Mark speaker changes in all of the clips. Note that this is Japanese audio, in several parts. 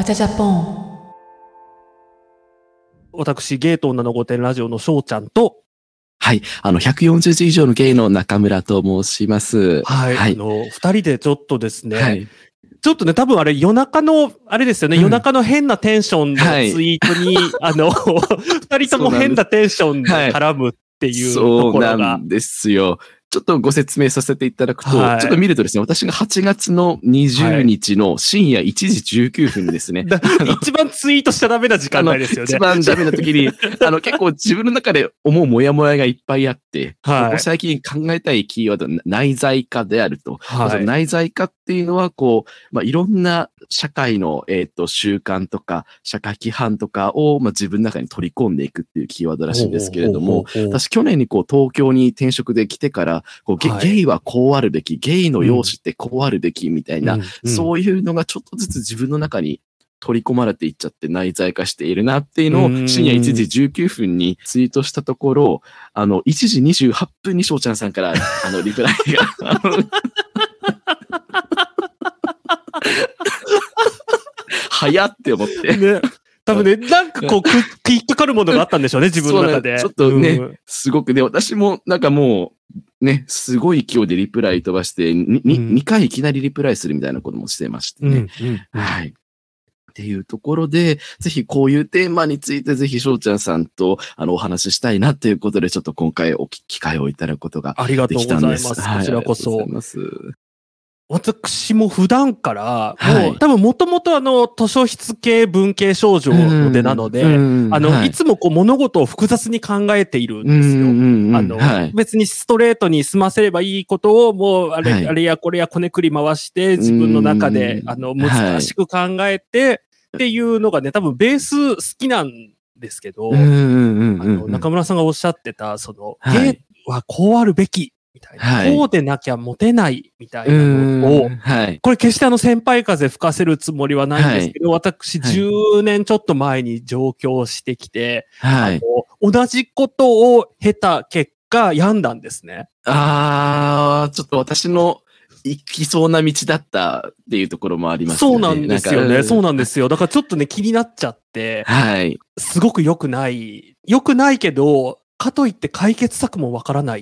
Speaker 1: わちゃジャポン。
Speaker 2: 私、ゲイと女の御殿ラジオの翔ちゃんと、
Speaker 3: はい。140字以上のゲイの中村と申します。
Speaker 2: はい。
Speaker 3: はい。
Speaker 2: 二人でちょっとですね、
Speaker 3: はい。
Speaker 2: ちょっとね、多分あれ夜中の、あれですよね、夜中の変なテンションのツイートに、二人とも変なテンションで絡むっていうところが。
Speaker 3: そうなんですよ。ちょっとご説明させていただくと、
Speaker 2: はい、
Speaker 3: ちょっと見るとですね、私が8月の20日の深夜1時19分にですね。
Speaker 2: 一番ツイートしちゃダメな時間帯ですよね。
Speaker 3: 一番ダメな時に、結構自分の中で思うモヤモヤがいっぱいあって、はい、ここ最近考えたいキーワードは内在化であると。はい、その内在化っていうのは、いろんな社会の、習慣とか、社会規範とかを、自分の中に取り込んでいくっていうキーワードらしいんですけれども、私去年に東京に転職で来てから、ゲイはこうあるべき、ゲイの容姿ってこうあるべきみたいな、そういうのがちょっとずつ自分の中に取り込まれていっちゃって内在化しているなっていうのを深夜1時19分にツイートしたところ、1時28分に翔ちゃんさんから、リプライが、早って思って。
Speaker 2: ね。多分ね、なんか引っかかるものがあったんでしょうね、自分の中で。
Speaker 3: ちょっとね、すごくね、私もなんかもう、ね、すごい勢いでリプライ飛ばして、2回いきなりリプライするみたいなこともしてましてね。はい。っていうところで、ぜひこういうテーマについてぜひ翔ちゃんさんとお話ししたいなということで、ちょっと今回機会をいただくことができたんです。
Speaker 2: ありがとうございます。こちらこそ。
Speaker 3: ありがとうございます。
Speaker 2: 私も普段から、もう、多分もともと図書室系文系少女の出なので、いつも物事を複雑に考えているんですよ。別にストレートに済ませればいいことを、もう、あれやこれやこねくり回して、自分の中で、難しく考えて、っていうのがね、多分ベース好きなんですけど、中村さんがおっしゃってた、ゲイはこうあるべき。みたいな。こうでなきゃモテないみたいなのを、これ決して先輩風吹かせるつもりはないんですけど、私10年ちょっと前に上京してきて、同じことを経た結果病んだんですね。
Speaker 3: ちょっと私の行きそうな道だったっていうところもありますね。
Speaker 2: そうなんですよね。そうなんですよ。だからちょっとね気になっちゃって、すごく良くないけど、かといって解決策もわからない。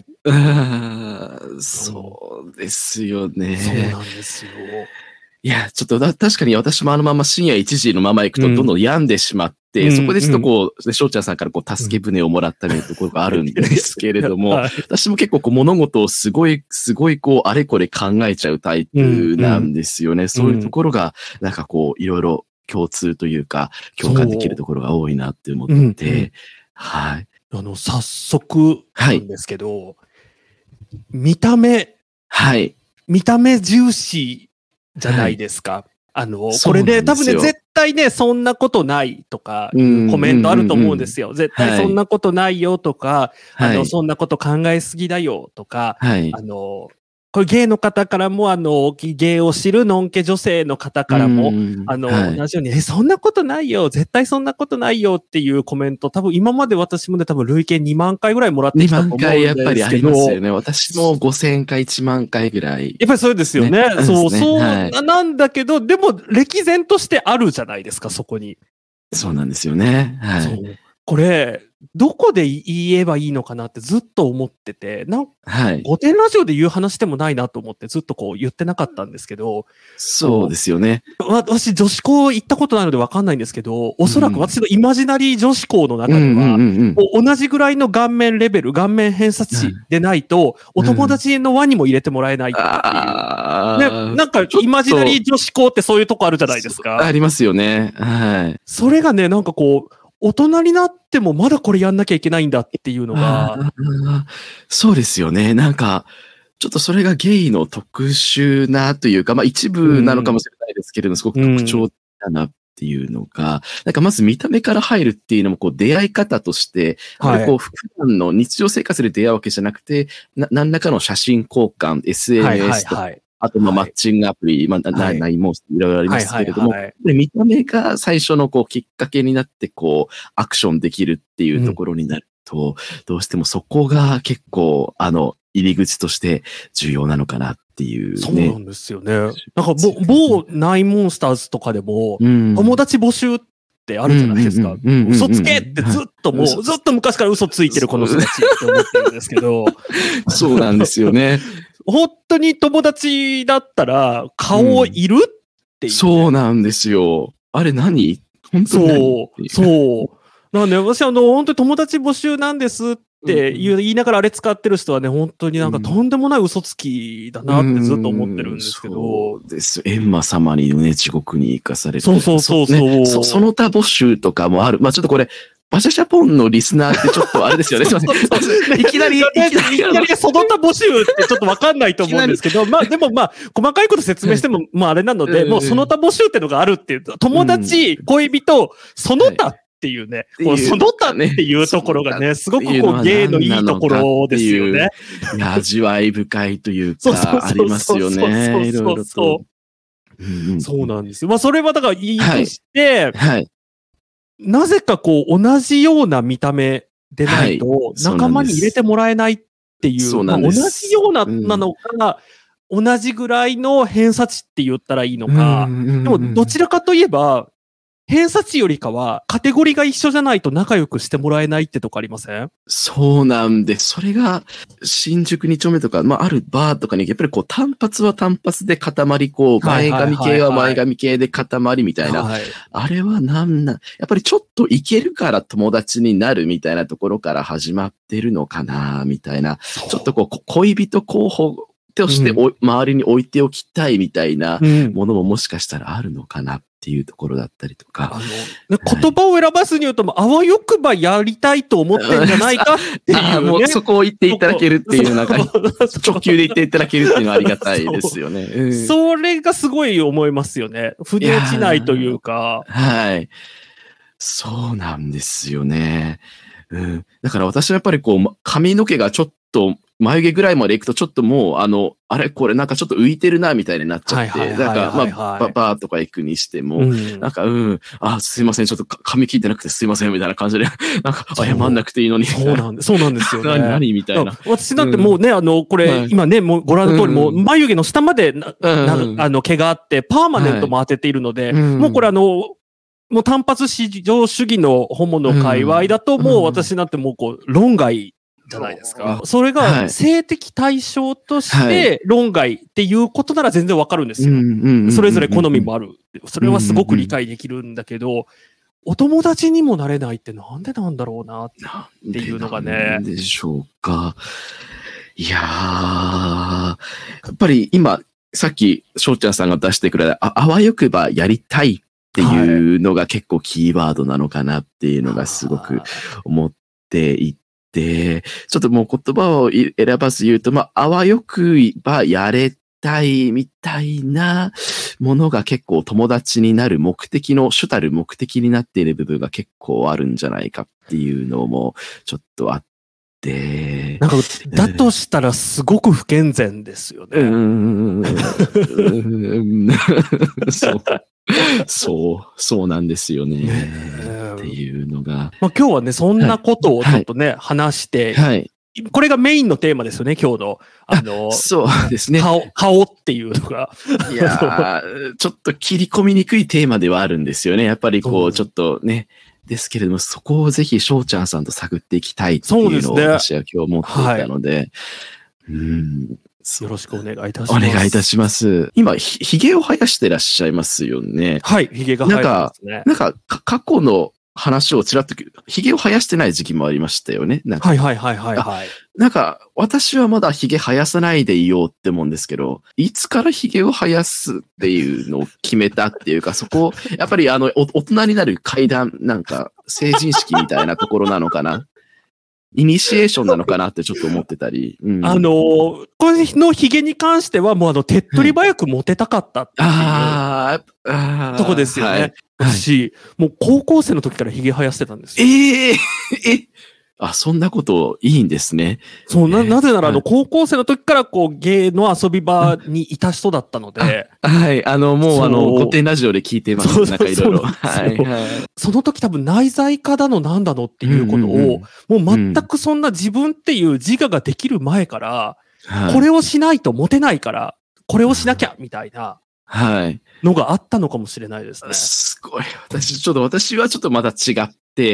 Speaker 3: そうですよね。
Speaker 2: そうなんですよ。
Speaker 3: いや、ちょっと確かに私もまま深夜1時のまま行くとどんどん病んでしまって、そこでちょっと翔ちゃんさんから助け舟をもらったみたいなところがあるんですけれども、私も結構物事をすごいあれこれ考えちゃうタイプなんですよね。そういうところが、なんかいろいろ共通というか、共感できるところが多いなって思って、はい。
Speaker 2: 早速なんですけど、見た目重視じゃないですか。これね、多分ね、絶対ね、そんなことないとか、コメントあると思うんですよ。絶対そんなことないよとか、そんなこと考えすぎだよとか、これゲイの方からも、ゲイを知るノンケ女性の方からも、同じように、そんなことないよ、絶対そんなことないよっていうコメント、多分今まで私もね、多分累計2万回ぐらいもらってきたと思うんですけど。2万回
Speaker 3: やっぱりありますよね。私も5000回、1万回ぐらい。
Speaker 2: やっぱりそうですよね。そうなんだけど、でも、歴然としてあるじゃないですか、そこに。
Speaker 3: そうなんですよね。
Speaker 2: これ、どこで言えばいいのかなってずっと思ってて、御殿ラジオで言う話でもないなと思ってずっと言ってなかったんですけど。
Speaker 3: そうですよね。
Speaker 2: 私、女子校行ったことないのでわかんないんですけど、おそらく私のイマジナリー女子校の中では、同じぐらいの顔面レベル、顔面偏差値でないと、お友達の輪にも入れてもらえないっていう。なんか、イマジナリー女子校ってそういうとこあるじゃないですか。
Speaker 3: ありますよね。
Speaker 2: それがね、なんか大人になってもまだこれやんなきゃいけないんだっていうのが。
Speaker 3: そうですよね。なんか、ちょっとそれがゲイの特殊なというか、一部なのかもしれないですけれども、すごく特徴だなっていうのが、なんかまず見た目から入るっていうのも、出会い方として、普段の日常生活で出会うわけじゃなくて、何らかの写真交換、SNS とか、あと、マッチングアプリ、ないもいろいろありますけれども、見た目が最初のきっかけになって、アクションできるっていうところになると、どうしてもそこが結構、 入り口として重要なのかなっていうね。
Speaker 2: そうなんですよね。なんか某ナインモンスターズとかでも、友達募集ってあるじゃないですか。嘘つけってずっと昔から嘘ついてるこの人たちって思ってるんですけど。
Speaker 3: そうなんですよね。
Speaker 2: 本当に友達だったら顔いるっていう、ね。
Speaker 3: そうなんですよ。あれ何本当に
Speaker 2: そう。なんで私本当に友達募集なんですって言いながらあれ使ってる人はね、本当になんかとんでもない嘘つきだなってずっと思ってるんですけど。
Speaker 3: そうです。閻魔様にね、地獄に生かされる。
Speaker 2: そう。
Speaker 3: その他募集とかもある。まあちょっとこれ、バシャシャポンのリスナーってちょっとあれですよね。すいません。いきなり
Speaker 2: その他募集ってちょっとわかんないと思うんですけど、まあでも細かいこと説明しても、まああれなので、もうその他募集ってのがあるっていう、友達、恋人、その他っていうね、その他っていうところがね、すごく芸のいいところですよね。
Speaker 3: いや、味わい深いというか、ありますよね。いろいろと。
Speaker 2: そうなんですよ。まあそれはだからいいとして、なぜか同じような見た目でないと仲間に入れてもらえないっていう、同じようなのか、同じぐらいの偏差値って言ったらいいのか、でもどちらかといえば、偏差値よりかはカテゴリーが一緒じゃないと仲良くしてもらえないってとこありません？
Speaker 3: そうなんで、それが新宿2丁目とか、まああるバーとかにやっぱり単発は単発で塊、前髪系は前髪系で塊みたいな。あれはやっぱりちょっといけるから友達になるみたいなところから始まってるのかな、みたいな。ちょっと恋人候補として周りに置いておきたいみたいなものももしかしたらあるのかなっていうところだったりとか。
Speaker 2: 言葉を選ばずに言うと、あわよくばやりたいと思ってんじゃないかっていう、ね。
Speaker 3: もうそこを言っていただけるっていう、なんか、直球で言っていただけるっていうのはありがたいですよね。
Speaker 2: それがすごい思いますよね。腑に落ちないというか。
Speaker 3: はい。そうなんですよね。だから私はやっぱり髪の毛がちょっと、眉毛ぐらいまで行くとちょっともう、あれこれなんかちょっと浮いてるなみたいになっちゃって、なんかバーとか行くにしても、なんかすいません、ちょっと髪切ってなくてすいませんみたいな感じで、なんか謝んなくていいのに。
Speaker 2: そうなんですよね。
Speaker 3: 何みたいな。
Speaker 2: 私なんてもうね、これ、今ね、もうご覧の通り、もう眉毛の下まで毛があって、パーマネントも当てているので、もうこれもう単発至上主義のホモの界隈だと、もう私なんてもう論外じゃないですか。それが性的対象として論外っていうことなら全然わかるんですよ。それぞれ好みもある。それはすごく理解できるんだけど、お友達にもなれないってなんでなんだろうなっていうのがね。
Speaker 3: なんでしょうか。いやー、やっぱり今、さっき翔ちゃんさんが出してくれたあわよくばやりたいっていうのが結構キーワードなのかなっていうのがすごく思っていて、ちょっともう言葉を選ばず言うと、あわよくばやれたいみたいなものが結構友達になる主たる目的になっている部分が結構あるんじゃないかっていうのもちょっとあって、
Speaker 2: なんか、だとしたらすごく不健全ですよね。
Speaker 3: そうなんですよね。っていうのが。
Speaker 2: 今日はね、そんなことをちょっとね、話して、これがメインのテーマですよね、今日の。
Speaker 3: そうですね。
Speaker 2: 顔っていうのが。
Speaker 3: いやー、ちょっと切り込みにくいテーマではあるんですよね。やっぱりちょっとね。ですけれども、そこをぜひ翔ちゃんさんと探っていきたいっていうのを私は今日思っていたので。
Speaker 2: よろしくお願いいたします。
Speaker 3: お願いいたします。今、髭を生やしてらっしゃいますよね。
Speaker 2: はい、髭が生えてますね。
Speaker 3: なんか、過去の話をちらっと、髭を生やしてない時期もありましたよね。
Speaker 2: はい。
Speaker 3: なんか、私はまだ髭生やさないでいようって思うんですけど、いつから髭を生やすっていうのを決めたっていうか、そこ、やっぱり大人になる階段、なんか、成人式みたいなところなのかな。イニシエーションなのかなってちょっと思ってたり。
Speaker 2: この髭に関してはもう手っ取り早くモテたかったっていうとこですよね。私、もう高校生の時から髭生やしてたんですよ。
Speaker 3: そんなこといいんですね。
Speaker 2: そう、なぜなら高校生の時から芸の遊び場にいた人だったので。
Speaker 3: はい。もう御殿ラジオで聞いてます。なんかいろいろ。はい。
Speaker 2: その時多分内在化だのなんだのっていうことを、もう全くそんな自分っていう自我ができる前から、これをしないとモテないから、これをしなきゃみたいな。はい。のがあったのかもしれないですね。
Speaker 3: すごい。私はちょっとまた違って、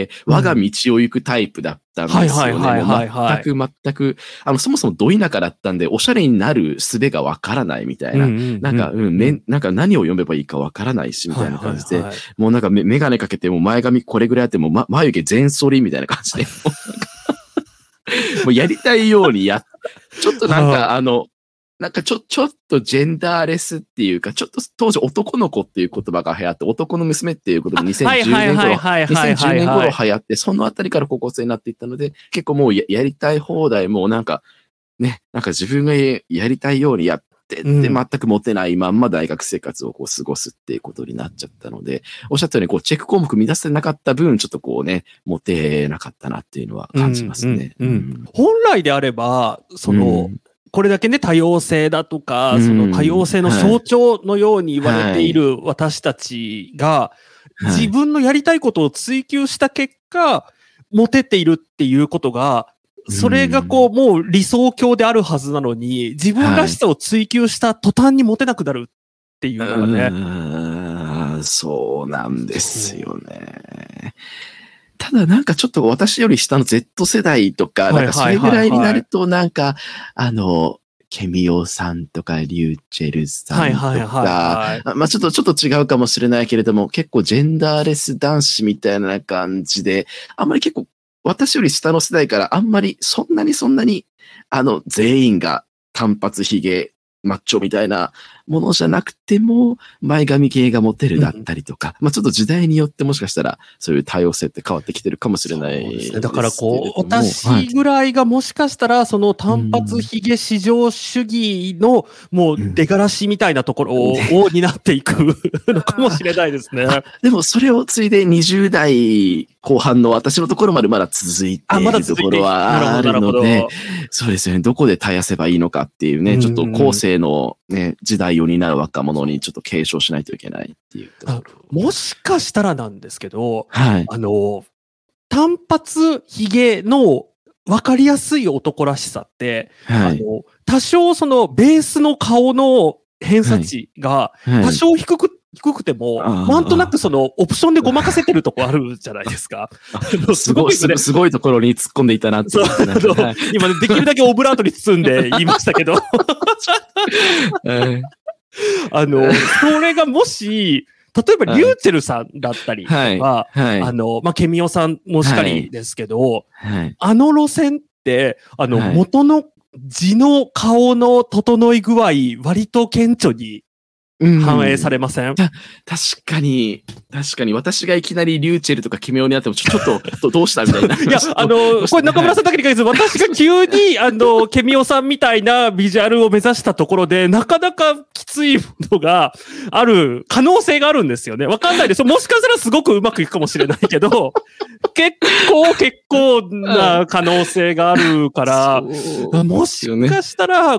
Speaker 3: 我が道を行くタイプだったんですよね。全く、そもそもど田舎だったんで、おしゃれになる術がわからないみたいな。なんか何を読めばいいかわからないし、みたいな感じで、もうなんかメガネかけても前髪これぐらいあっても、眉毛全剃りみたいな感じで、もうやりたいようにちょっとなんかなんかちょっとジェンダーレスっていうか、ちょっと当時男の子っていう言葉が流行って、男の娘っていうことが2010年頃流行って、そのあたりから高校生になっていったので、結構もうやりたい放題、もうなんか、ね、なんか自分がやりたいようにやってって、全くモテないまんま大学生活を過ごすっていうことになっちゃったので、おっしゃったようにチェック項目満たせなかった分、ちょっとモテなかったなっていうのは感じますね。
Speaker 2: 本来であれば、これだけね、多様性だとか、その多様性の象徴のように言われている私たちが、自分のやりたいことを追求した結果、モテているっていうことが、それがもう理想郷であるはずなのに、自分らしさを追求した途端にモテなくなるっていうのがね。
Speaker 3: そうなんですよね。ただなんかちょっと私より下の Z 世代とか、なんかそれぐらいになるとなんか、ケミオさんとかリューチェルさんとか、まあちょっと違うかもしれないけれども、結構ジェンダーレス男子みたいな感じで、あんまり結構私より下の世代からあんまりそんなに、全員が単発髭、マッチョみたいなものじゃなくても、前髪系がモテるだったりとか、まあちょっと時代によってもしかしたら、そういう多様性って変わってきてるかもしれないですね。
Speaker 2: だから私ぐらいがもしかしたら、その単発髭至上主義の、もう出がらしみたいなところを担っていくのかもしれないですね。
Speaker 3: でもそれをついで20代後半の私のところまでまだ続いているところはあるので、そうですよね。どこで絶やせばいいのかっていうね、ちょっと後世のね、時代を担う若者にちょっと継承しないといけないっていう。
Speaker 2: もしかしたらなんですけど、
Speaker 3: はい、
Speaker 2: 単発髭の分かりやすい男らしさって、はい、多少そのベースの顔の偏差値が多少低くても、なんとなくそのオプションでごまかせてるとこあるじゃないですか。
Speaker 3: すごいところに突っ込んでいたなって。
Speaker 2: 今ね、できるだけオブラートに包んで言いましたけど。それがもし、例えばリューチェルさんだったりとか、まあ、ケミオさんもしかりですけど、路線って、元の地の顔の整い具合、割と顕著に反映されません？
Speaker 3: 確かに、私がいきなりリューチェルとかケミオになっても、ちょっとどうしたみたいな。
Speaker 2: いや、これ中村さんだけに限らず、私が急に、ケミオさんみたいなビジュアルを目指したところで、なかなかきついものがある可能性があるんですよね。わかんないです。もしかしたらすごくうまくいくかもしれないけど、結構な可能性があるから、もしかしたら、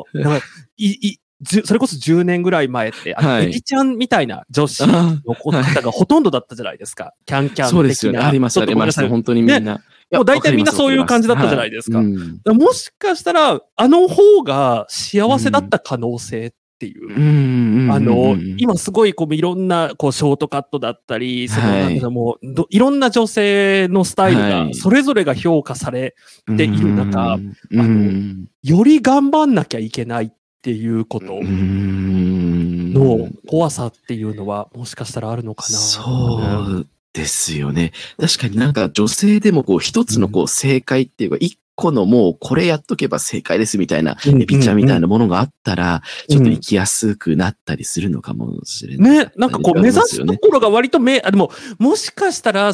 Speaker 2: それこそ10年ぐらい前って、エビちゃんみたいな女子の方がほとんどだったじゃないですか。キャンキャン的な。
Speaker 3: そうですよね。あります、本当にみんな。
Speaker 2: もう大体みんなそういう感じだったじゃないですか。もしかしたら、方が幸せだった可能性っていう。今すごいいろんなショートカットだったり、いろんな女性のスタイルが、それぞれが評価されている中、より頑張んなきゃいけないっていうことの怖さっていうのはもしかしたらあるのかな。
Speaker 3: そうですよね。確かになんか女性でも一つの正解っていうか、一個のもうこれやっとけば正解ですみたいな、エビちゃんみたいなものがあったら、ちょっと生きやすくなったりするのかもしれない。
Speaker 2: ね、なんか目指すところが割とでも、もしかしたら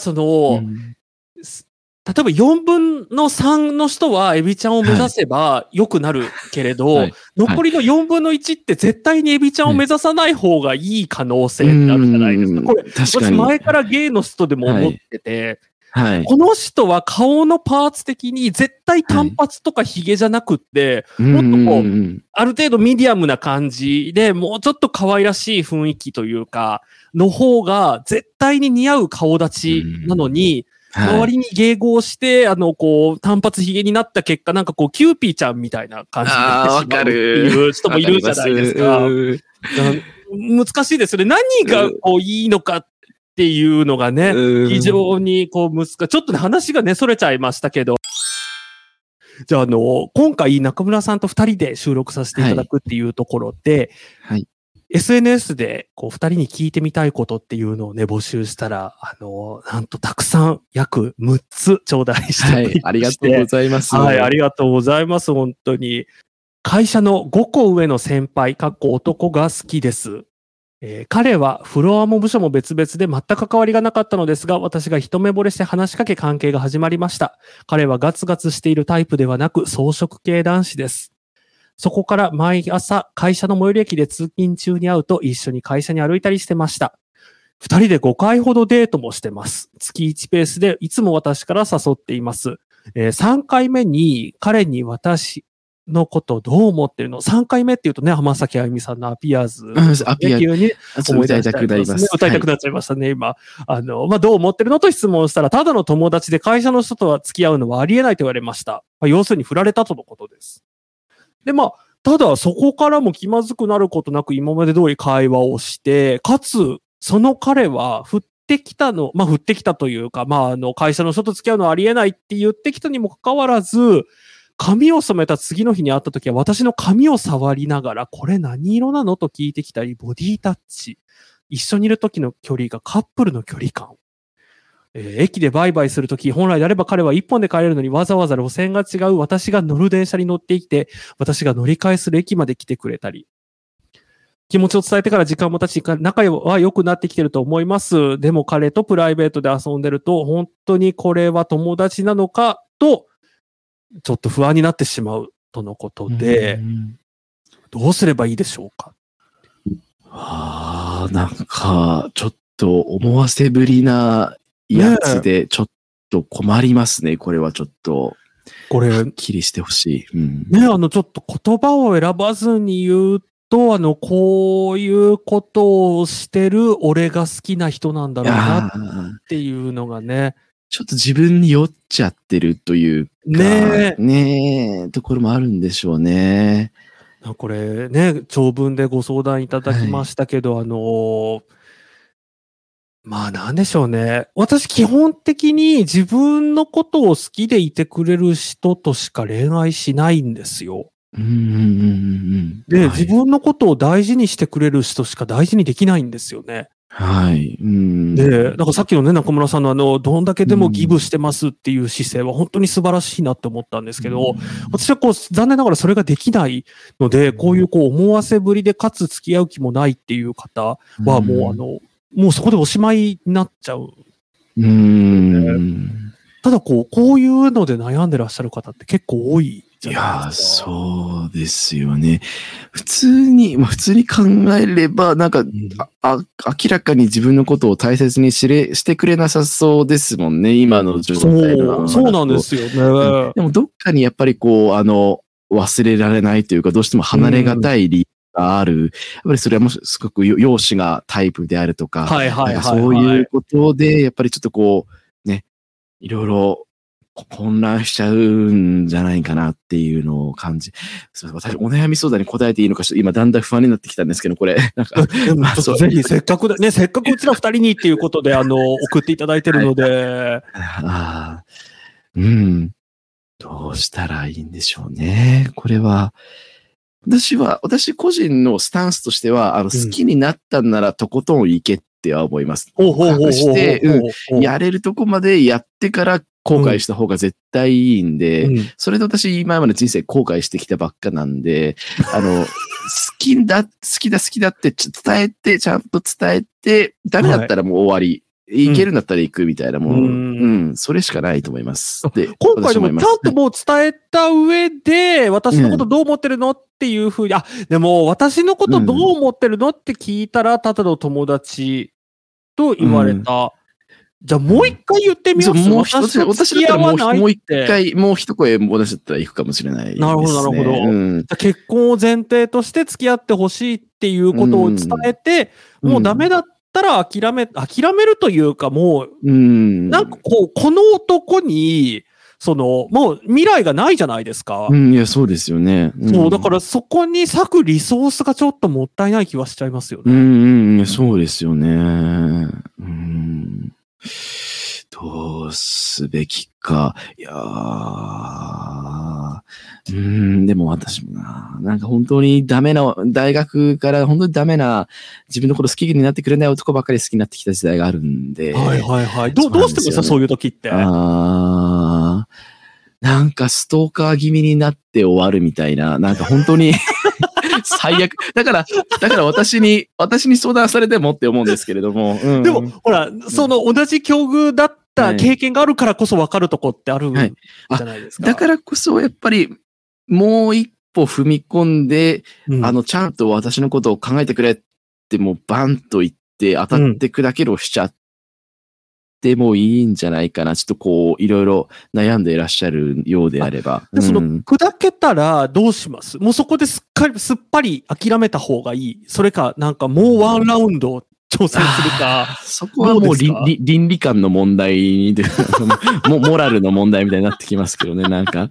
Speaker 2: 例えば4分の3の人はエビちゃんを目指せば良くなるけれど、残りの4分の1って絶対にエビちゃんを目指さない方がいい可能性ってあるじゃないですか。これ、私前からゲイの人でも思ってて、 この人は顔のパーツ的に絶対単発とか髭じゃなくって、もっとこう、ある程度ミディアムな感じで、もうちょっと可愛らしい雰囲気というか、の方が絶対に似合う顔立ちなのに、周りに迎合して、こう、単発髭になった結果、なんかこう、キューピーちゃんみたいな感じになってしまうっていう人もいるじゃないですか。難しいですよね。何がこういいのかっていうのがね、非常にこう難しい。ちょっとね、話がね、それちゃいましたけど。じゃあ今回中村さんと2人で収録させていただくっていうところで、SNS でこう2人に聞いてみたいことっていうのをね、募集したら、なんとたくさん約6つ頂戴しておりまして。
Speaker 3: ありがとうございます。
Speaker 2: はい、ありがとうございます。本当に。会社の5個上の先輩、男が好きです。彼はフロアも部署も別々で全く関わりがなかったのですが、私が一目惚れして話しかけ関係が始まりました。彼はガツガツしているタイプではなく草食系男子です。そこから毎朝会社の最寄り駅で通勤中に会うと一緒に会社に歩いたりしてました。二人で5回ほどデートもしてます。月1ペースでいつも私から誘っています。3回目に彼に私のことどう思ってるの ?3 回目って言うとね、浜崎あゆみさんのアピアーズ、
Speaker 3: アピアーズ。
Speaker 2: に思い出したくなります。歌いたくなっちゃいましたね、今。どう思ってるのと質問したら、ただの友達で会社の人とは付き合うのはありえないと言われました。要するに振られたとのことです。で、ただそこからも気まずくなることなく今まで通り会話をして、かつ、その彼は降ってきたというか、会社の人と付き合うのはありえないって言ってきたにもかかわらず、髪を染めた次の日に会った時は私の髪を触りながら、これ何色なのと聞いてきたり、ボディタッチ。一緒にいる時の距離がカップルの距離感。駅でバイバイするとき、本来であれば彼は一本で帰れるのにわざわざ路線が違う私が乗る電車に乗ってきて、私が乗り換えする駅まで来てくれたり。気持ちを伝えてから時間も経ち、仲は良くなってきてると思います。でも彼とプライベートで遊んでると、本当にこれは友達なのかと、ちょっと不安になってしまうとのことで、どうすればいいでしょうか？
Speaker 3: なんか、ちょっと思わせぶりなやつで、ちょっと困りますね。これはちょっと。これ、はっきりしてほしい。ち
Speaker 2: ょっと言葉を選ばずに言うと、こういうことをしてる俺が好きな人なんだろうなっていうのがね。
Speaker 3: ちょっと自分に酔っちゃってるというか、ところもあるんでしょうね。
Speaker 2: これね、長文でご相談いただきましたけど、なんでしょうね。私基本的に自分のことを好きでいてくれる人としか恋愛しないんですよ。で、自分のことを大事にしてくれる人しか大事にできないんですよね。
Speaker 3: はい。
Speaker 2: で、なんかさっきのね、中村さんのどんだけでもギブしてますっていう姿勢は本当に素晴らしいなって思ったんですけど、私は残念ながらそれができないので、こういう思わせぶりでかつ付き合う気もないっていう方はもうそこでおしまいになっちゃう。ただこういうので悩んでらっしゃる方って結構多いじゃないです
Speaker 3: か。そうですよね。普通に考えれば、なんか、明らかに自分のことを大切にしてくれなさそうですもんね、今の状態の。
Speaker 2: そうなんですよね。
Speaker 3: でもどっかにやっぱり忘れられないというか、どうしても離れがたい理由がある。やっぱりそれはすごく容姿がタイプであるとか、そういうことで、やっぱりちょっといろいろ混乱しちゃうんじゃないかなっていうのを感じ。私、お悩み相談に答えていいのか、今だんだん不安になってきたんですけど、これ。なんか
Speaker 2: ぜひ、せっかくうちら二人にっていうことで、送っていただいてるので。
Speaker 3: どうしたらいいんでしょうね。これは。私個人のスタンスとしては、好きになったんならとことん行けっては思います。隠して、やれるとこまでやってから後悔した方が絶対いいんで、それで私今まで人生後悔してきたばっかなんで、好きだって伝えて、ちゃんと伝えて、ダメだったらもう終わり。いけるんだったら行くみたいなもん。それしかないと思います。
Speaker 2: 今回でもちゃんともう伝えた上で、私のことどう思ってるのっていうふうに、でも私のことどう思ってるのって聞いたら、ただの友達と言われた。 じゃあもう一回言ってみます？
Speaker 3: 私だったらもう一回、もう一声私だったら行くかもしれないですね。
Speaker 2: なるほど、なるほど。結婚を前提として付き合ってほしいっていうことを伝えて、もうダメだったら諦めるというかもう、なんかこの男に、もう未来がないじゃないですか。
Speaker 3: いや、そうですよね。
Speaker 2: そう、だからそこに割くリソースがちょっともったいない気はしちゃいますよね。
Speaker 3: そうですよね。どうすべきか。いやー、でも私もなんか本当にダメな、大学から本当にダメな、自分のこと好きになってくれない男ばっかり好きになってきた時代があるんで。
Speaker 2: はいはいはい。どうしてますか、そういう時って。
Speaker 3: なんかストーカー気味になって終わるみたいな、なんか本当に最悪。だから私に相談されてもって思うんですけれども。
Speaker 2: でも、ほら、同じ境遇だった経験があるからこそ分かるとこってあるじゃないですか。
Speaker 3: だからこそ、やっぱり、もう一歩踏み込んで、ちゃんと私のことを考えてくれってもうバンと言って当たって砕けろしちゃってもいいんじゃないかな。ちょっとこう、いろいろ悩んでいらっしゃるようであれば。
Speaker 2: 砕けたらどうします？もうそこですっぱり諦めた方がいい。それか、なんかもうワンラウンド挑戦するか。
Speaker 3: そこはもう倫理観の問題で、モラルの問題みたいになってきますけどね、なんか。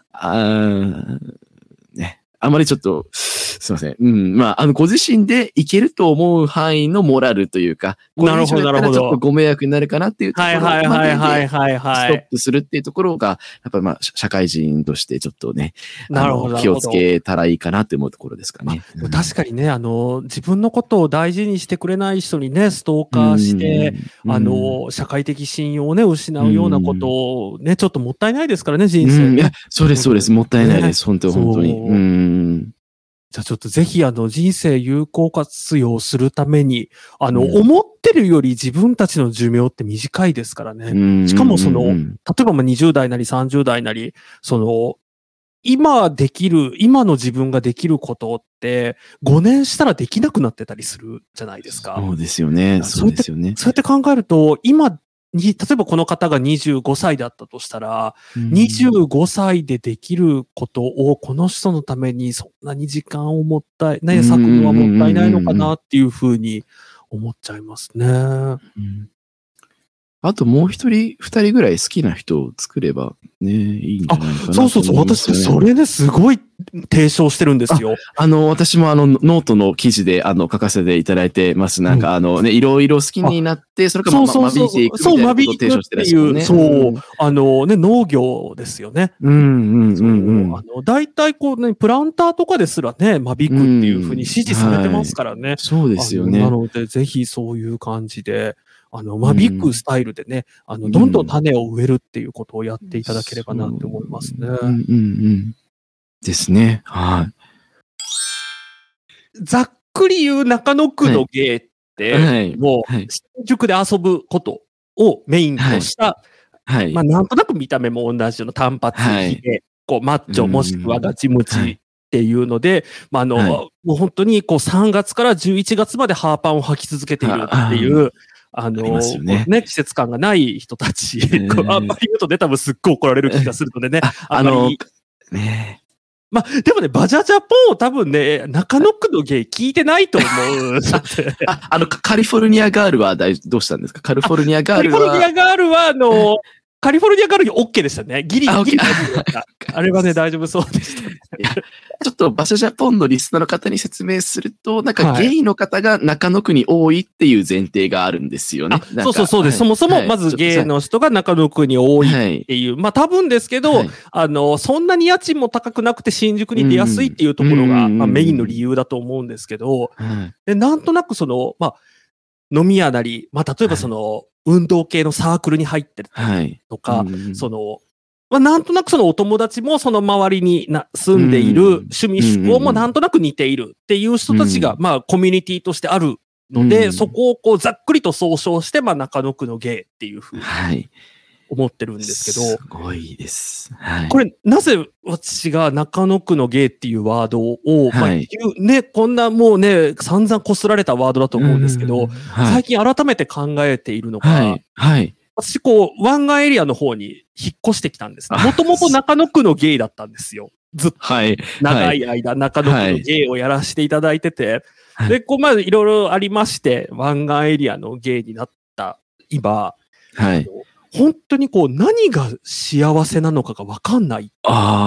Speaker 3: ね。あまりちょっと、すいません。まあ、ご自身でいけると思う範囲のモラルというか、
Speaker 2: なるほど、なるほど。
Speaker 3: ちょっとご迷惑になるかなっていうところまででストップするっていうところが、やっぱりまあ、社会人としてちょっとね、気をつけたらいいかなって思うところですかね。
Speaker 2: 確かにね、自分のことを大事にしてくれない人にね、ストーカーして、社会的信用をね、失うようなことをね、ちょっともったいないですからね、人生。
Speaker 3: いや、そうです。もったいないです。本当に。
Speaker 2: じゃあちょっとぜひ人生有効活用するために、思ってるより自分たちの寿命って短いですからね。しかも例えば20代なり30代なり、今の自分ができることって5年したらできなくなってたりするじゃないですか。
Speaker 3: そうですよね。
Speaker 2: そうやって考えると、例えばこの方が25歳だったとしたら、25歳でできることをこの人のためにそんなに時間を割くのはもったいないのかなっていうふうに思っちゃいますね。
Speaker 3: あともう一人、二人ぐらい好きな人を作ればね、いいんじゃないかな。
Speaker 2: そう。私、それね、すごい提唱してるんですよ。
Speaker 3: 私もノートの記事で書かせていただいてます。なんかいろいろ好きになって、それから間引いていくみたいなことを提唱してらっしゃるね。
Speaker 2: 農業ですよね。大体プランターとかですらね、間引くっていうふうに指示されてますからね。
Speaker 3: そうですよね。
Speaker 2: なので、ぜひそういう感じで、間引くスタイルでね、どんどん種を植えるっていうことをやっていただければなって思いますね。
Speaker 3: ですね。はい。
Speaker 2: ざっくり言う中野区の芸って、もう、新宿で遊ぶことをメインとした、まあ、なんとなく見た目も同じような単発で、マッチョもしくはガチムチっていうので、もう本当に3月から11月までハーパンを履き続けているっていう、季節感がない人たち。あんまり言うとね、多分すっごい怒られる気がするのでね。まあ、でもね、バジャジャポンを多分ね、中野区のゲイ聞いてないと思う。
Speaker 3: カリフォルニアガールはどうしたんですか？カリフォルニアガールは。
Speaker 2: カリフォルニアガールはカリフォルニアガールに OK でしたね。ギリ。あれはね、大丈夫そうでしたね。
Speaker 3: ちょっとバシャジャポンのリスナーの方に説明すると、なんかゲイの方が中野区に多いっていう前提があるんですよね。
Speaker 2: そうです。そもそも、まずゲイの人が中野区に多いっていう。まあ多分ですけど、そんなに家賃も高くなくて新宿に出やすいっていうところが、メインの理由だと思うんですけど、なんとなくまあ、飲み屋なり、まあ例えば運動系のサークルに入ってるとか、まあ、なんとなくお友達もその周りに住んでいる趣味嗜好もなんとなく似ているっていう人たちが、まあコミュニティとしてあるので、そこをざっくりと総称して、まあ中野区のゲイっていうふうに思ってるんですけど。
Speaker 3: すごいです。
Speaker 2: これ、なぜ私が中野区のゲイっていうワードを、まあ、ね、こんなもうね、散々こすられたワードだと思うんですけど、最近改めて考えているのが、 私湾岸エリアの方に引っ越してきたんですね。もともと中野区のゲイだったんですよ。ずっと。
Speaker 3: はい。
Speaker 2: 長い間、中野区のゲイをやらせていただいてて、で、まあ、いろいろありまして、湾岸エリアのゲイになった今、
Speaker 3: はい。
Speaker 2: 本当に何が幸せなのかがわかんないっていう、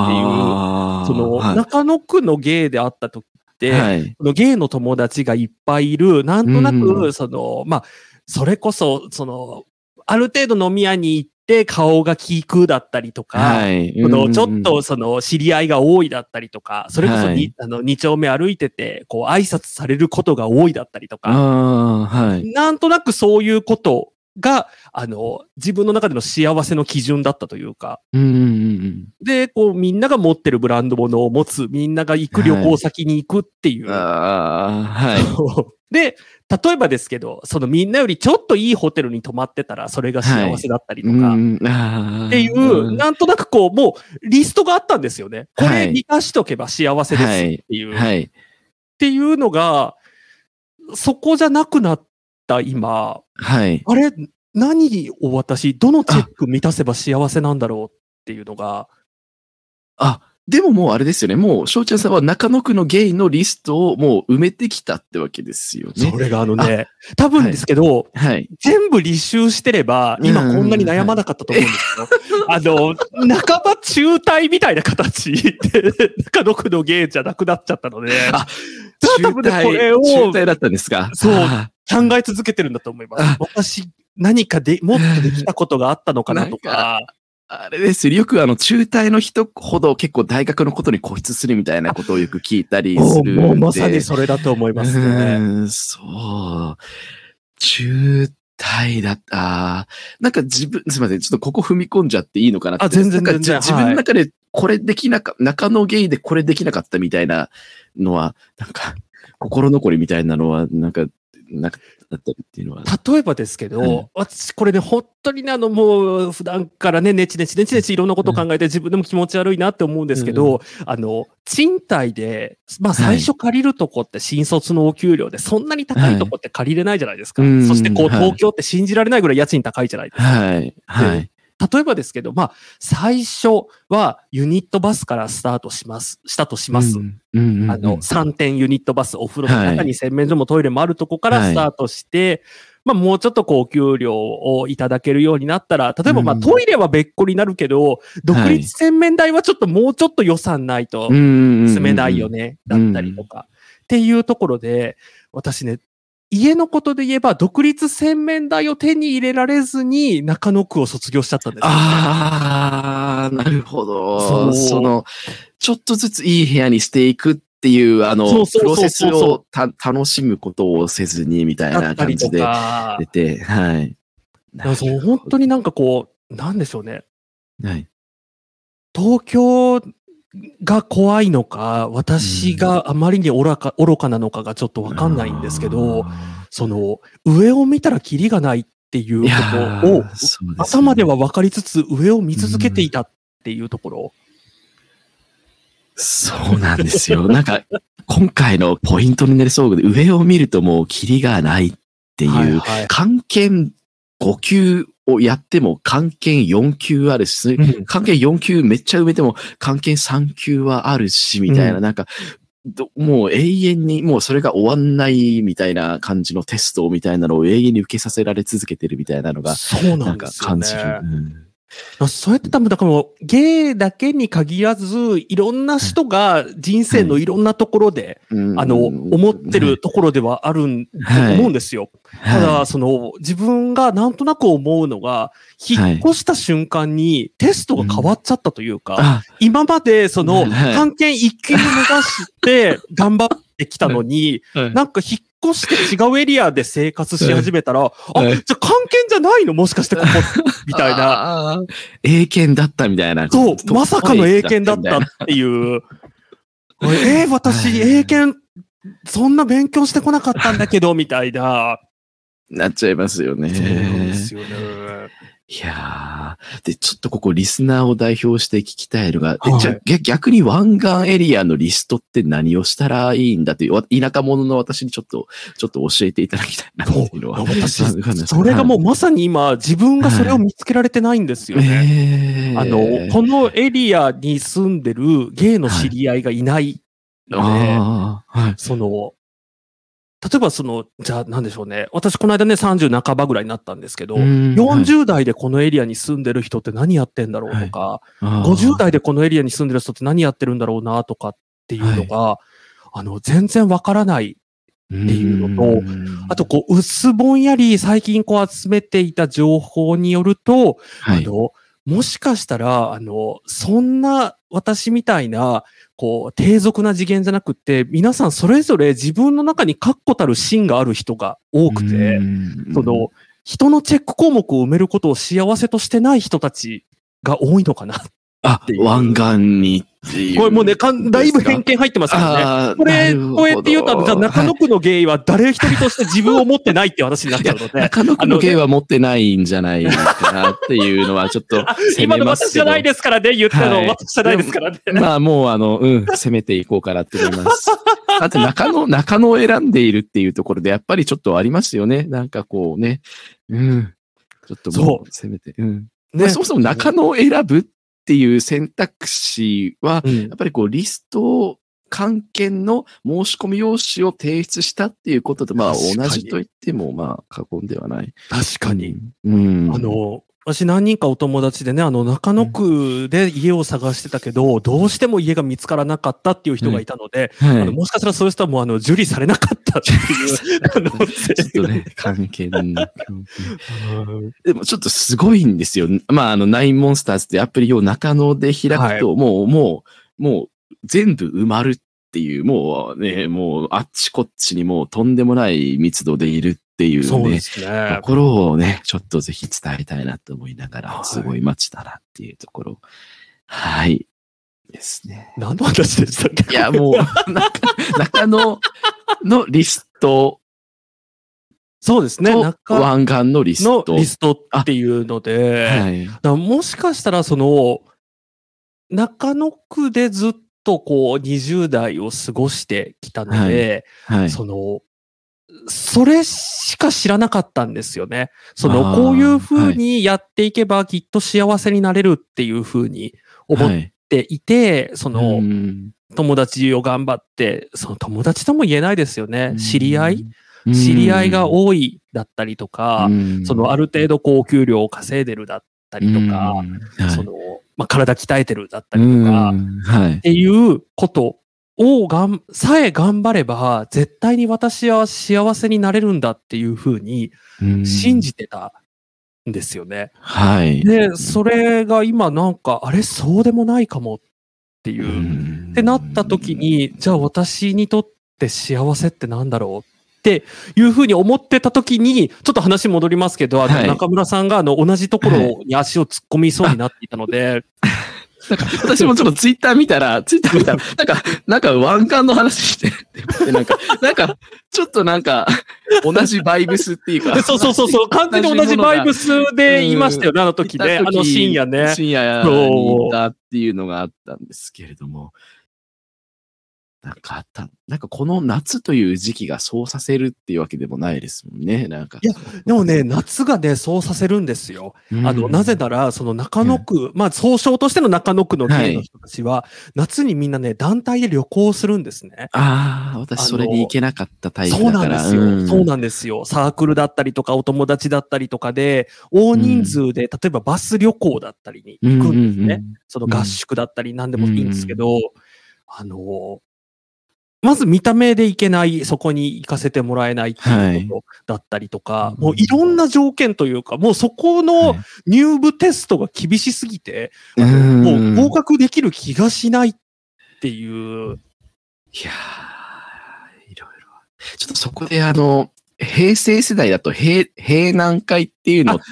Speaker 2: 中野区のゲイであった時って、ゲイの友達がいっぱいいる、なんとなく、まあ、それこそ、ある程度飲み屋に行って顔が利くだったりとか、ちょっと知り合いが多いだったりとか、それこそ2丁目歩いてて、挨拶されることが多いだったりとか、なんとなくそういうことが、自分の中での幸せの基準だったというか、で、みんなが持ってるブランド物を持つ、みんなが行く旅行先に行くっていう。で、例えばですけど、みんなよりちょっといいホテルに泊まってたら、それが幸せだったりとか、っていう、なんとなくもう、リストがあったんですよね。これ満たしとけば幸せですっていう。っていうのが、そこじゃなくなった今、あれ、何をどのチェック満たせば幸せなんだろうっていうのが。
Speaker 3: でももうあれですよね。もう、翔ちゃんさんは中野区のゲイのリストをもう埋めてきたってわけですよね。
Speaker 2: それが多分ですけど、全部履修してれば、今こんなに悩まなかったと思うんですよ。半ば中退みたいな形で、中野区のゲイじゃなくなっちゃったので。
Speaker 3: 中退だったんですか？
Speaker 2: そう、考え続けてるんだと思います。私、何かもっとできたことがあったのかなとか。
Speaker 3: あれですよ。よく中退の人ほど結構大学のことに固執するみたいなことをよく聞いたりするんで。
Speaker 2: もうまさにそれだと思いますね。
Speaker 3: そう。中退だった。なんかすいません。ちょっとここ踏み込んじゃっていいのかなって。
Speaker 2: 全然。
Speaker 3: 自分の中でこれできなかった、中野ゲイでこれできなかったみたいなのは、なんか、心残りみたいなのは、なんかだったりっていうのは。
Speaker 2: 例えばですけど、私これね、本当にもう普段からね、ネチネチいろんなことを考えて自分でも気持ち悪いなって思うんですけど、賃貸で、まあ最初借りるとこって新卒のお給料でそんなに高いとこって借りれないじゃないですか。そして東京って信じられないぐらい家賃高いじゃないですか。例えばですけど、まあ、最初はユニットバスからスタートしたとします。3点ユニットバス、お風呂の中に洗面所もトイレもあるとこからスタートして、まあ、もうちょっとお給料をいただけるようになったら、例えばまあ、トイレは別個になるけど、独立洗面台はもうちょっと予算ないと住めないよね、だったりとか。っていうところで、私ね、家のことで言えば、独立洗面台を手に入れられずに、中野区を卒業しちゃったんですよ、ね。
Speaker 3: なるほど。ちょっとずついい部屋にしていくっていう、プロセスを楽しむことをせずに、みたいな感じで出て、
Speaker 2: そう、本当になんかなんでしょうね。
Speaker 3: はい。
Speaker 2: 東京が怖いのか、私があまりに愚かなのかがちょっとわかんないんですけど、上を見たらキリがないっていうことを、頭では分かりつつ上を見続けていたっていうところ。
Speaker 3: そうなんですよ。なんか、今回のポイントになりそうで、上を見るともうキリがないっていう、関係5級をやっても関係4級あるし、関係4級めっちゃ埋めても関係3級はあるし、みたいな、なんか、もう永遠にもうそれが終わんないみたいな感じのテストみたいなのを永遠に受けさせられ続けてるみたいなのが、
Speaker 2: そうなんですよね。なんか感じる。そうやって多分、だからゲイだけに限らず、いろんな人が人生のいろんなところで、思ってるところではあると思うんですよ。ただ、自分がなんとなく思うのが、引っ越した瞬間にテストが変わっちゃったというか、今まで関係1級を目指して頑張ってきたのに、なんか引っ越して違うエリアで生活し始めたら、じゃあ関係じゃないのもしかしてここみたいな。
Speaker 3: 英検だったみたいな。
Speaker 2: そう、まさかの英検だったっていう。私、英検、そんな勉強してこなかったんだけど、みたいな。
Speaker 3: なっちゃいますよね。
Speaker 2: そうですよね。
Speaker 3: いやー。で、ちょっとここリスナーを代表して聞きたいのが、
Speaker 2: はい、
Speaker 3: じゃ逆に湾岸エリアのリストって何をしたらいいんだっていう、田舎者の私にちょっと教えていただきたいなっていうのは。
Speaker 2: 私、それがもうまさに今、自分がそれを見つけられてないんですよね。このエリアに住んでるゲイの知り合いがいないので、例えばじゃあ何でしょうね。私この間ね、30半ばぐらいになったんですけど、40代でこのエリアに住んでる人って何やってんだろうとか、50代でこのエリアに住んでる人って何やってるんだろうなとかっていうのが、全然わからないっていうのと、あと薄ぼんやり最近集めていた情報によると、もしかしたら、そんな私みたいな、低俗な次元じゃなくて、皆さんそれぞれ自分の中に確固たる芯がある人が多くて、人のチェック項目を埋めることを幸せとしてない人たちが多いのかなっていう。
Speaker 3: 湾岸にっていう。
Speaker 2: これもうね、だいぶ偏見入ってますからね。こうやって言うと、じゃあ中野区のゲイは誰一人として自分を持ってないっていう話になっちゃうので。
Speaker 3: 中野区のゲイは持ってないんじゃないかなっていうのはちょっと
Speaker 2: 今の私じゃないですからね、言ったの私じゃないですからね。
Speaker 3: まあもう、攻めていこうかなって思います。だって中野を選んでいるっていうところでやっぱりちょっとありますよね。なんかこうね。ちょっともう攻めて。そもそも中野を選ぶっていう選択肢は、やっぱりリスト関係の申し込み用紙を提出したっていうことと、同じと言っても、過言ではない。
Speaker 2: 確かに。私何人かお友達でね、中野区で家を探してたけど、どうしても家が見つからなかったっていう人がいたので、もしかしたらそういう人はもう受理されなかったっていう可能性。
Speaker 3: ちょっとね、関係でもちょっとすごいんですよ。ナインモンスターズってアプリを中野で開くと、もう全部埋まるっていう、もうあっちこっちにもうとんでもない密度でいるっていうね、ところをね、ちょっとぜひ伝えたいなと思いながら、すごい待ちだなっていうところ。はい。ですね。
Speaker 2: 何の話でしたっけ？
Speaker 3: いや、もう、中野のリスト。
Speaker 2: そうですね。
Speaker 3: 湾岸のリスト。
Speaker 2: のリストっていうので、もしかしたら中野区でずっと20代を過ごしてきたので、それしか知らなかったんですよね。こういう風にやっていけばきっと幸せになれるっていう風に思っていて、友達を頑張って、友達とも言えないですよね。知り合いが多いだったりとか、ある程度高給料を稼いでるだったりとか、体鍛えてるだったりとか、っていうことをさえ頑張れば、絶対に私は幸せになれるんだっていうふうに信じてたんですよね。で、それが今あれそうでもないかもっていう。ってなった時に、じゃあ私にとって幸せってなんだろうっていうふうに思ってた時に、ちょっと話戻りますけど、中村さんが同じところに足を突っ込みそうになっていたので、
Speaker 3: 私もちょっとツイッター見たら、なんか湾岸の話してるなんか、ちょっと同じバイブスっていうか。
Speaker 2: そう、完全に同じバイブスで言いましたよね、時ね。深夜ね。
Speaker 3: 深夜にいたっていうのがあったんですけれども。この夏という時期がそうさせるっていうわけでもないですもんね。いや、
Speaker 2: でもね、夏がね、そうさせるんですよ。なぜなら、中野区、総称としての中野区のゲイの人たちは、夏にみんなね、団体で旅行するんですね。
Speaker 3: 私それに行けなかったタイプだから。
Speaker 2: そうなんですよ。サークルだったりとか、お友達だったりとかで、大人数で、例えばバス旅行だったりに行くんですね。合宿だったり何でもいいんですけど、まず見た目でいけない、そこに行かせてもらえないっていうことだったりとか、もういろんな条件というか、もうそこの入部テストが厳しすぎて、もう合格できる気がしないっていう。
Speaker 3: いやー、いろいろ。ちょっとそこで平成世代だと平南会っていうの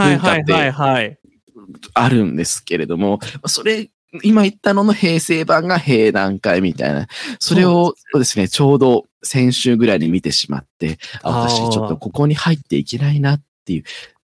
Speaker 3: あるんですけれども、それ、今言ったのの平成版が平南会みたいな。それをですね、ちょうど先週ぐらいに見てしまって、私ちょっとここに入っていけないなっていう。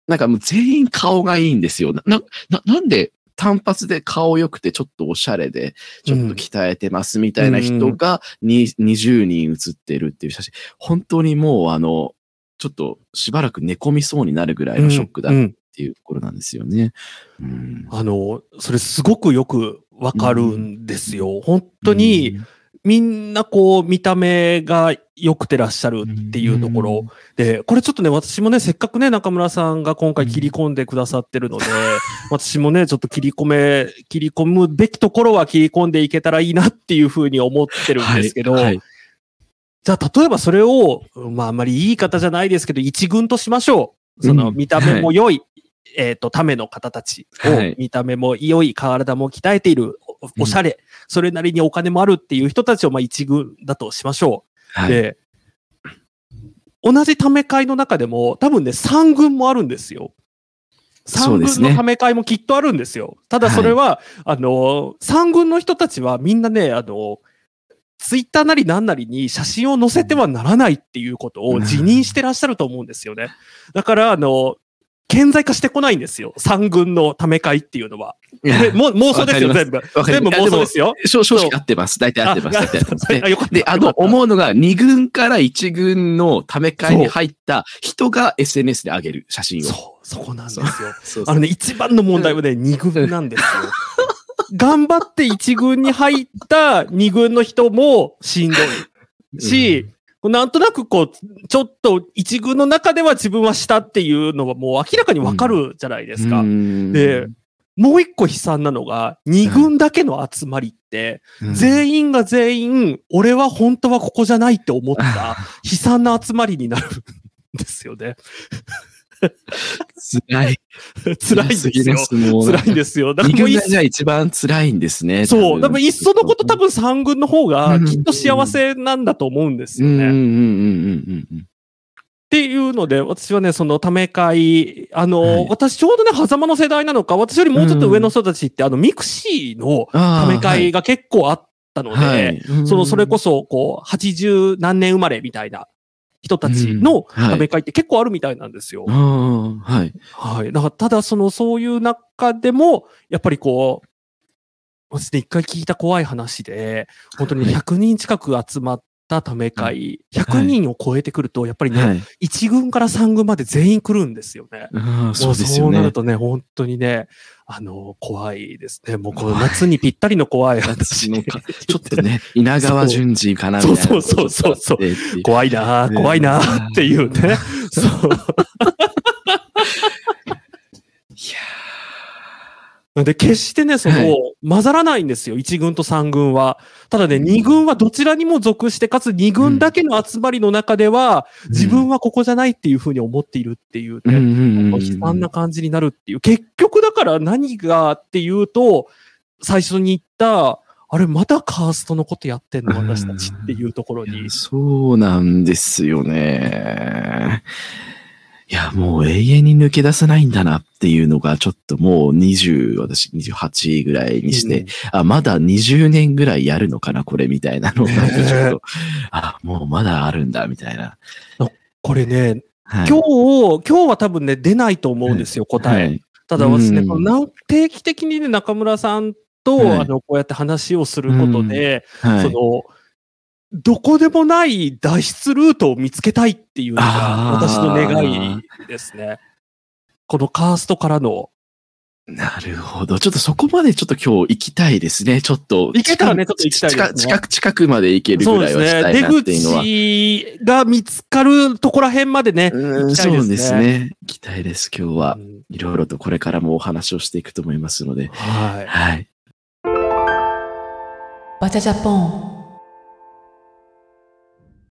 Speaker 3: なんかもう全員顔がいいんですよ。なんで単発で顔良くてちょっとおしゃれで、ちょっと鍛えてますみたいな人が20人写ってるっていう写真。本当にもうちょっとしばらく寝込みそうになるぐらいのショックだっていうところなんですよね。
Speaker 2: それすごくよくわかるんですよ。本当に、みんなこう見た目が良くてらっしゃるっていうところで、これちょっとね、私もね、せっかくね、中村さんが今回切り込んでくださってるので、私もね、ちょっと切り込むべきところは切り込んでいけたらいいなっていうふうに思ってるんですけど、じゃあ例えばそれを、あんまりいい言い方じゃないですけど、一軍としましょう。その見た目も良い、ための方たちを、見た目も良い、体も鍛えている、おしゃれ、それなりにお金もあるっていう人たちを一軍だとしましょう。で、同じため会の中でも多分ね、3軍もあるんですよ。3軍のため会もきっとあるんですよ。ただそれは、3軍の人たちはみんなね、ツイッターなりなんなりに写真を載せてはならないっていうことを自認してらっしゃると思うんですよね。だから、顕在化してこないんですよ。3軍のため会っていうのは。妄想ですよ、全部。全部妄想ですよ。
Speaker 3: 正直合ってます。大体合ってます。で、思うのが、2軍から1軍のため会に入った人が SNS で上げる写真を。
Speaker 2: そこなんですよ。一番の問題はね、2軍なんですよ。頑張って1軍に入った2軍の人もしんどいし、なんとなくこう、ちょっと一軍の中では自分はしたっていうのはもう明らかにわかるじゃないですか。で、もう一個悲惨なのが、二軍だけの集まりって、全員が全員、俺は本当はここじゃないって思った悲惨な集まりになるんですよね。
Speaker 3: 辛い。
Speaker 2: 辛いんですよ。辛いんですよ。
Speaker 3: だからもう2軍が一番辛いんですね。
Speaker 2: そう。多分いっそのこと多分3軍の方がきっと幸せなんだと思うんですよね。っていうので、私はね、そのため会、私ちょうどね、狭間の世代なのか、私よりもうちょっと上の人たちって、ミクシーのため会が結構あったので、それこそ、こう、80何年生まれみたいな人たちのため会って結構あるみたいなんですよ。はい。だから、ただそういう中でも、やっぱりこう、私ね、一回聞いた怖い話で、本当に100人近く集まったため会、100人を超えてくると、やっぱりね、1軍から3軍まで全員来るんですよね。
Speaker 3: そうですよね。
Speaker 2: そうなるとね、本当にね、怖いですね。もうこの夏にぴったりの怖い話。
Speaker 3: ちょっとね、稲川淳二かなみたいな。
Speaker 2: そう。怖いなっていうね。そう。いやで、決してね、混ざらないんですよ。1軍と3軍は。ただね、2軍はどちらにも属して、かつ2軍だけの集まりの中では、自分はここじゃないっていうふうに思っているっていうね、悲惨な感じになるっていう。結局だから何がっていうと、最初に言った、あれ、またカーストのことやってんの私たちっていうところに。
Speaker 3: そうなんですよね。いや、もう永遠に抜け出さないんだなっていうのが、ちょっともう私28ぐらいにして、まだ20年ぐらいやるのかな、これみたいなのが、ちょっと、もうまだあるんだ、みたいな。
Speaker 2: これね、今日は多分ね、出ないと思うんですよ、答え。ただ私ね、定期的にね、中村さんと、こうやって話をすることで、どこでもない脱出ルートを見つけたいっていうのが私の願いですね。このカーストからの。
Speaker 3: なるほど。ちょっとそこまでちょっと今日行きたいですね。ちょっと。
Speaker 2: 行けたらね、ちょっと行きたいですね。
Speaker 3: 近くまで行けるぐらいはしたいなっていうのは。
Speaker 2: 出口が見つかるところら辺までね、行きたいですね。
Speaker 3: そうですね。行きたいです、今日は。いろいろとこれからもお話をしていくと思いますので。
Speaker 2: はい。
Speaker 1: バチャジャポン。